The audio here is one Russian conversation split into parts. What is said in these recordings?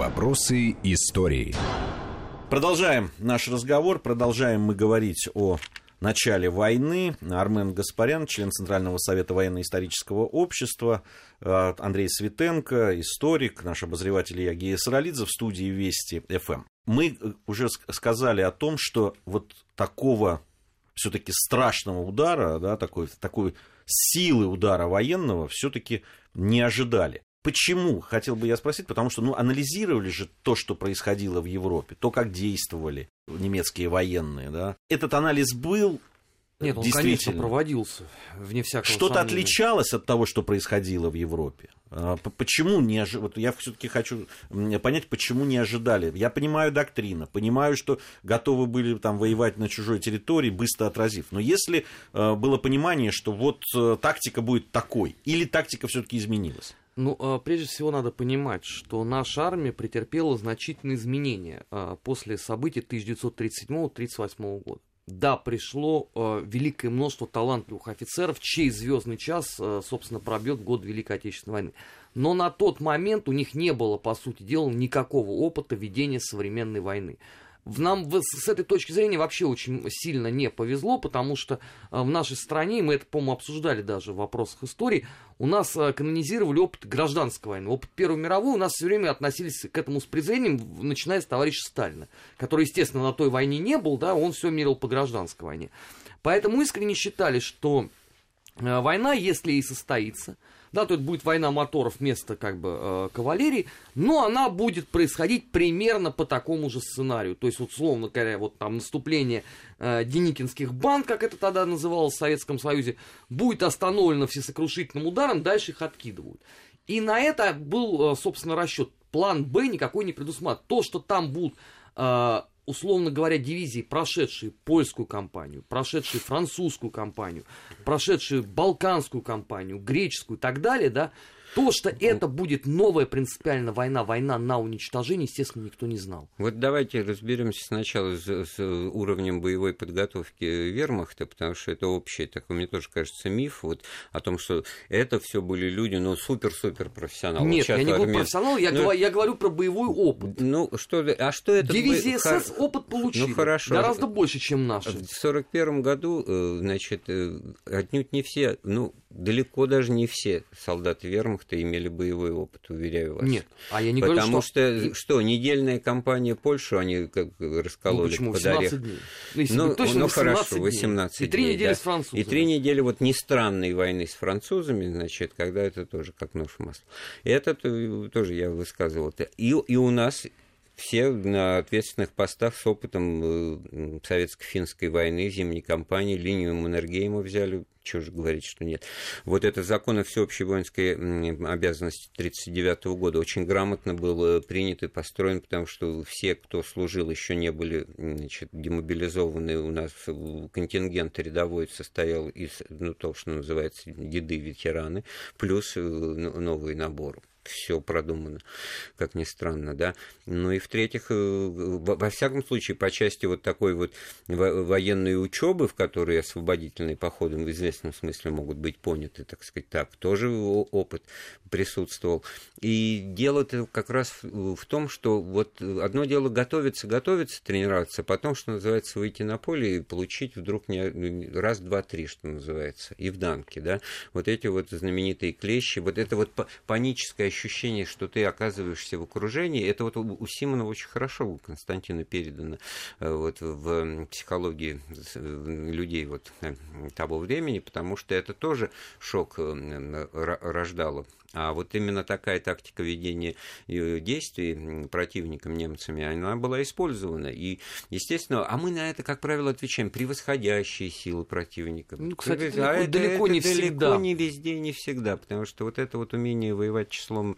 Вопросы истории. Продолжаем наш разговор, продолжаем мы говорить о начале войны. Армен Гаспарян, член Центрального совета военно-исторического общества, Андрей Светенко, историк, наш обозреватель Ягия Саралидзе в студии Вести ФМ. Мы уже сказали о том, что вот такого все-таки страшного удара, да, такой силы удара военного все-таки не ожидали. Почему, хотел бы я спросить, потому что анализировали же то, что происходило в Европе, то, как действовали немецкие военные, да. Этот анализ был. Нет, он, конечно, проводился, вне всякого сомнения. Что-то отличалось от того, что происходило в Европе? Почему не ожидали? Вот я все-таки хочу понять, почему не ожидали. Я понимаю доктрину, понимаю, что готовы были там воевать на чужой территории, быстро отразив. Но если было понимание, что вот тактика будет такой, или тактика все-таки изменилась? Прежде всего надо понимать, что наша армия претерпела значительные изменения после событий 1937-1938 года. Да, пришло великое множество талантливых офицеров, чей звездный час, собственно, пробьет в год Великой Отечественной войны. Но на тот момент у них не было, по сути дела, никакого опыта ведения современной войны. Нам с этой точки зрения вообще очень сильно не повезло, потому что в нашей стране, мы это, по-моему, обсуждали даже в вопросах истории, у нас канонизировали опыт гражданской войны. Опыт Первой мировой у нас все время относились к этому с презрением, начиная с товарища Сталина, который, естественно, на той войне не был, да, он все мерил по гражданской войне. Поэтому искренне считали, что война, если и состоится, да, то это будет война моторов вместо кавалерии, но она будет происходить примерно по такому же сценарию. То есть, условно говоря, вот там наступление деникинских банд, как это тогда называлось в Советском Союзе, будет остановлено всесокрушительным ударом, дальше их откидывают. И на это был, собственно, расчет. План Б никакой не предусматривает. То, что там будут, условно говоря, дивизии, прошедшие польскую кампанию, прошедшие французскую кампанию, прошедшие балканскую кампанию, греческую и так далее, да, то, что это будет новая принципиально война на уничтожение, естественно, никто не знал. Вот давайте разберемся сначала с уровнем боевой подготовки вермахта, потому что это общий такой, мне тоже кажется, миф вот, о том, что это все были люди, супер-супер профессионалы. Нет, я не говорю профессионал, я говорю про боевой опыт. Что это? Дивизия СС опыт получили, гораздо больше, чем наши. В 1941 году, отнюдь не все, далеко даже не все солдаты вермахта имели боевой опыт, уверяю вас. Нет, я не говорю, что... Потому что недельная кампания Польшу они раскололи почему? под орех. 18 дней. Точно 18 хорошо, дней. 18 дней. И 3 недели с французами. И 3 недели не странной войны с французами, когда это тоже как нож в масло. Это тоже я высказывал. И у нас все на ответственных постах с опытом советско-финской войны, зимней кампании, линию Маннергейма взяли. Чего же говорить, что нет. Вот этот закон о всеобщей воинской обязанности 1939 года очень грамотно был принят и построен, потому что все, кто служил, еще не были демобилизованы. У нас контингент рядовой состоял из того, что называется деды-ветераны, плюс новый набор. Все продумано, как ни странно, да. И в-третьих, во всяком случае, по части вот такой вот военной учебы, в которой освободительные походы в известном смысле могут быть поняты, так сказать, так, тоже опыт присутствовал. И дело-то как раз в том, что вот одно дело готовиться, тренироваться, потом, что называется, выйти на поле и получить вдруг раз, два, три, что называется, и в дамке, да. Вот эти вот знаменитые клещи, вот это вот паническое ощущение, что ты оказываешься в окружении, это вот у Симонова очень хорошо у Константина передано вот в психологии людей вот того времени, потому что это тоже шок рождало. А вот именно такая тактика ведения действий противником, немцами, она была использована. И, естественно, а мы на это, как правило, отвечаем: превосходящие силы противника. Кстати, далеко не всегда. Далеко не везде, не всегда, потому что вот это вот умение воевать числом,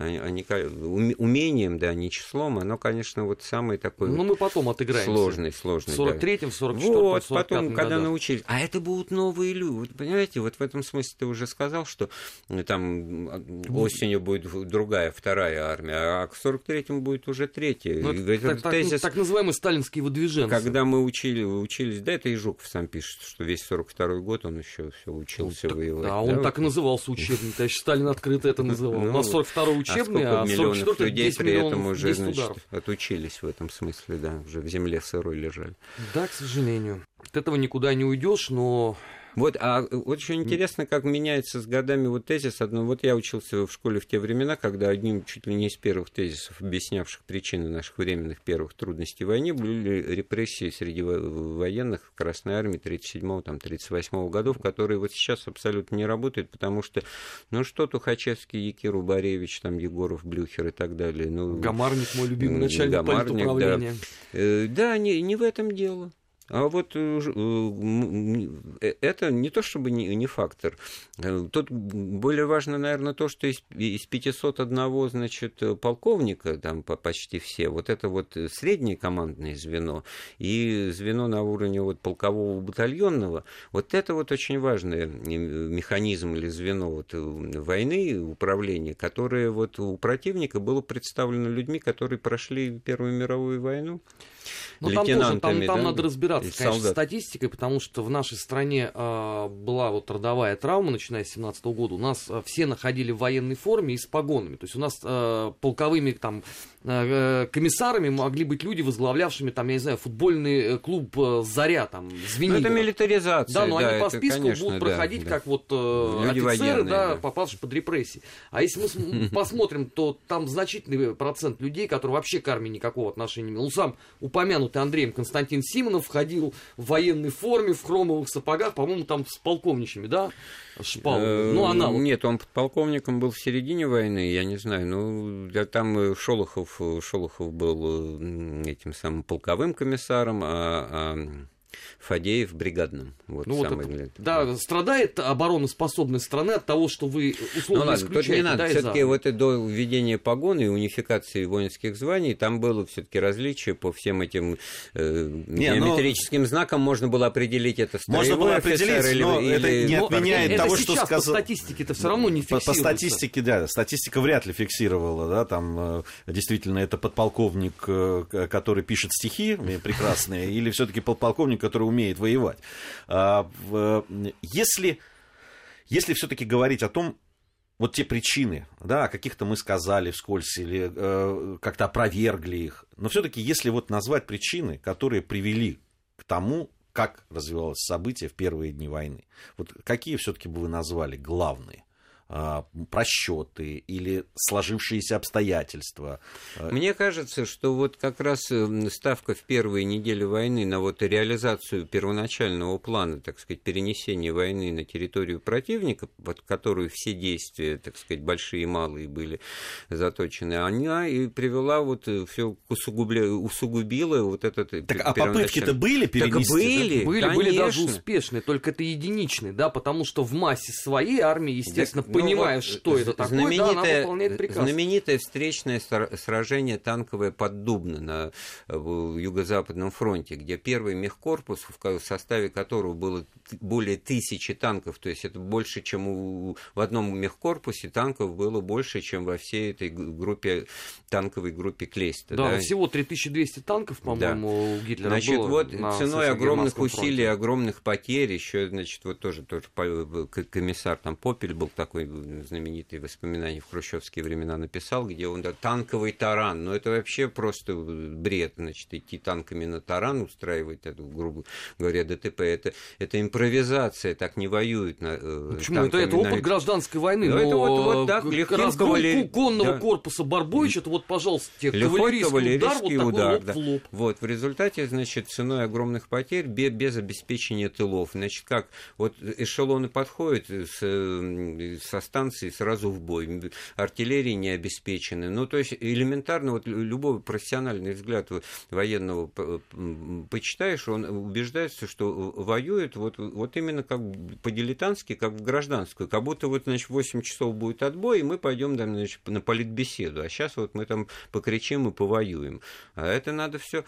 умением, да, не числом, оно, конечно, вот самое такое мы потом отыграемся. Сложный. В 43-м, в 44-м, вот, потом, когда научились. А это будут новые люди. Вот, понимаете, вот в этом смысле ты уже сказал, что там осенью будет другая, вторая армия, а к 43-му будет уже третья. Так называемый сталинский выдвиженцы. Когда мы учились, да, это и Жуков сам пишет, что весь 42-й год он еще все учился воевать. Да, он так и назывался учебный. Сталин открыто это называл. У нас 42-й учебный, а 44-й людей 10 при этом миллионов, уже, 10 значит, ударов. отучились в этом смысле, да, уже в земле сырой лежали. Да, к сожалению. От этого никуда не уйдешь, но... Вот, а очень интересно, как меняется с годами вот тезис. Вот я учился в школе в те времена, когда одним чуть ли не из первых тезисов, объяснявших причины наших временных первых трудностей в войне, были репрессии среди военных в Красной Армии 37-38 годов, которые вот сейчас абсолютно не работают, потому что, что Тухачевский, Якир Убаревич, там, Егоров, Блюхер и так далее. Гамарник, мой любимый начальник политуправления. Да, не в этом дело. А вот это не то чтобы не фактор. Тут более важно, наверное, то, что из 501, значит, полковника, там почти все, вот это вот среднее командное звено и звено на уровне вот полкового батальонного, вот это вот очень важный механизм или звено вот войны, управления, которое вот у противника было представлено людьми, которые прошли Первую мировую войну. Но там надо разбираться, конечно, с статистикой, потому что в нашей стране была вот родовая травма, начиная с 17 года. У нас все находили в военной форме и с погонами. То есть у нас полковыми там комиссарами могли быть люди, возглавлявшими, там, я не знаю, футбольный клуб «Заря», там, Звенигород. Это милитаризация. Да, но они по это, списку конечно, будут проходить, да. как вот люди офицеры, военные, попавшие под репрессии. А если мы посмотрим, то там значительный процент людей, которые вообще к армии никакого отношения не имели. Сам упомянутый Андреем Константин Симонов входил в военной форме, в хромовых сапогах, по-моему, там с полковничьими, да? Шпал. Аналог. Нет, он подполковником был в середине войны, я не знаю. Там Шолохов был этим самым полковым комиссаром, а Фадеев бригадным. Страдает обороноспособность страны от того, что вы условно исключаете. Не надо. Все-таки вот до введения погон и унификации воинских званий там было все-таки различие по всем этим геометрическим знакам. Можно было определить это строевой офицер это не отменяет того, что сказал. По статистике это все равно не фиксируется. По статистике, да, статистика вряд ли фиксировала, да, там действительно это подполковник, который пишет стихи прекрасные, или все-таки подполковник, который умеет воевать. Если все-таки говорить о том, вот те причины, да, о каких-то мы сказали вскользь или как-то опровергли их, но все-таки если вот назвать причины, которые привели к тому, как развивалось событие в первые дни войны, вот какие все-таки бы вы назвали главные? Просчеты или сложившиеся обстоятельства? Мне кажется, что вот как раз ставка в первые недели войны на вот реализацию первоначального плана, так сказать, перенесения войны на территорию противника, под которую все действия, так сказать, большие и малые были заточены, она и привела вот все усугубила вот этот... Так, а попытки-то были перенести? Так были даже успешные, только это единичные, да, потому что в массе своей армии, естественно, понимая, что это такое, да, она выполняет приказ. Знаменитое встречное сражение танковое под Дубно на Юго-Западном фронте, где первый мехкорпус, в составе которого было более 1000 танков, то есть это больше, чем в одном мехкорпусе танков было больше, чем во всей этой танковой группе Клейста. Да, всего 3200 танков, по-моему, у Гитлера значит, было. Вот ценой огромных усилий, огромных потерь, еще, значит, вот тоже комиссар там Попель был такой знаменитые воспоминания в хрущевские времена написал, где он танковый таран, но это вообще просто бред, значит, идти танками на таран, устраивать это, грубо говоря, ДТП, это импровизация, так не воюют. Почему? Это опыт гражданской войны, но это вот так, разгром конного корпуса Барбовича, это вот, пожалуйста, кавалерийский удар, вот такой лоб в лоб. Вот, в результате, значит, ценой огромных потерь, без обеспечения тылов, значит, как вот эшелоны подходят со станции сразу в бой, артиллерии не обеспечены. Ну, то есть элементарно, вот любой профессиональный взгляд военного почитаешь, он убеждается, что воюет вот именно как по-дилетантски, как в гражданскую, как будто вот, значит, 8 часов будет отбой, и мы пойдем, значит, на политбеседу, а сейчас вот мы там покричим и повоюем. А это надо все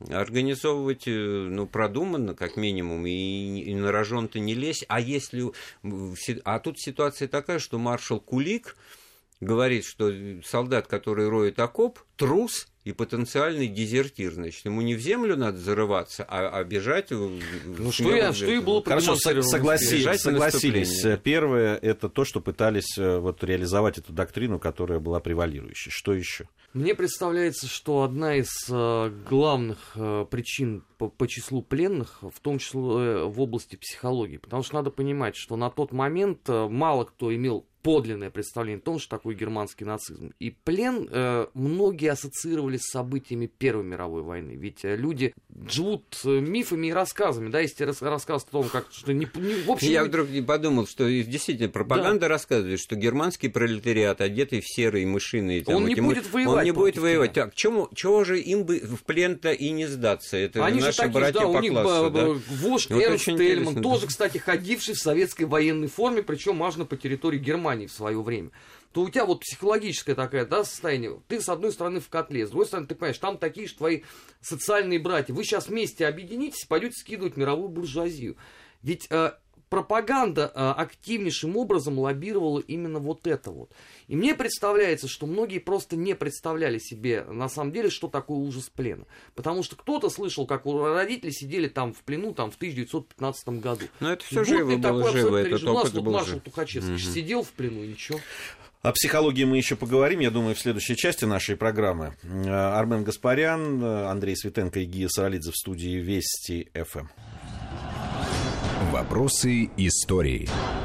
организовывать, продуманно, как минимум, и на рожон-то не лезь. А тут ситуация такая, что маршал Кулик говорит, что солдат, который роет окоп, трус и потенциальный дезертир. Значит, ему не в землю надо зарываться, а бежать... Что и было продемонстрировано. Согласились. Первое, это то, что пытались реализовать эту доктрину, которая была превалирующей. Что еще? Мне представляется, что одна из главных причин по числу пленных, в том числе в области психологии. Потому что надо понимать, что на тот момент мало кто имел подлинное представление о том, что такое германский нацизм. И плен многие ассоциировали с событиями Первой мировой войны. Ведь люди живут мифами и рассказами. Да, если рассказ о том, как... Что в общем, я вдруг подумал, что действительно пропаганда рассказывает, что германский пролетариат, одетый в серые мышиные... Он не будет воевать. Он не будет воевать. Так, чего же им бы в плен-то и не сдаться? Это они наши же братья по классу. Да? Вождь Эрнст Тельман, тоже, кстати, ходивший в советской военной форме, причем важно по территории Германии в свое время, то у тебя психологическое такое, состояние. Ты, с одной стороны, в котле, с другой стороны, ты понимаешь, там такие же твои социальные братья. Вы сейчас вместе объединитесь и пойдете скидывать мировую буржуазию. Ведь пропаганда активнейшим образом лоббировала именно это. И мне представляется, что многие просто не представляли себе, на самом деле, что такое ужас плена. Потому что кто-то слышал, как у родителей сидели там в плену в 1915 году. Но это все живо было, живо. Этот опыт был маршал Тухачевский сидел в плену и ничего. О психологии мы еще поговорим, я думаю, в следующей части нашей программы. Армен Гаспарян, Андрей Светенко и Гия Саралидзе в студии Вести ФМ. Вопросы истории.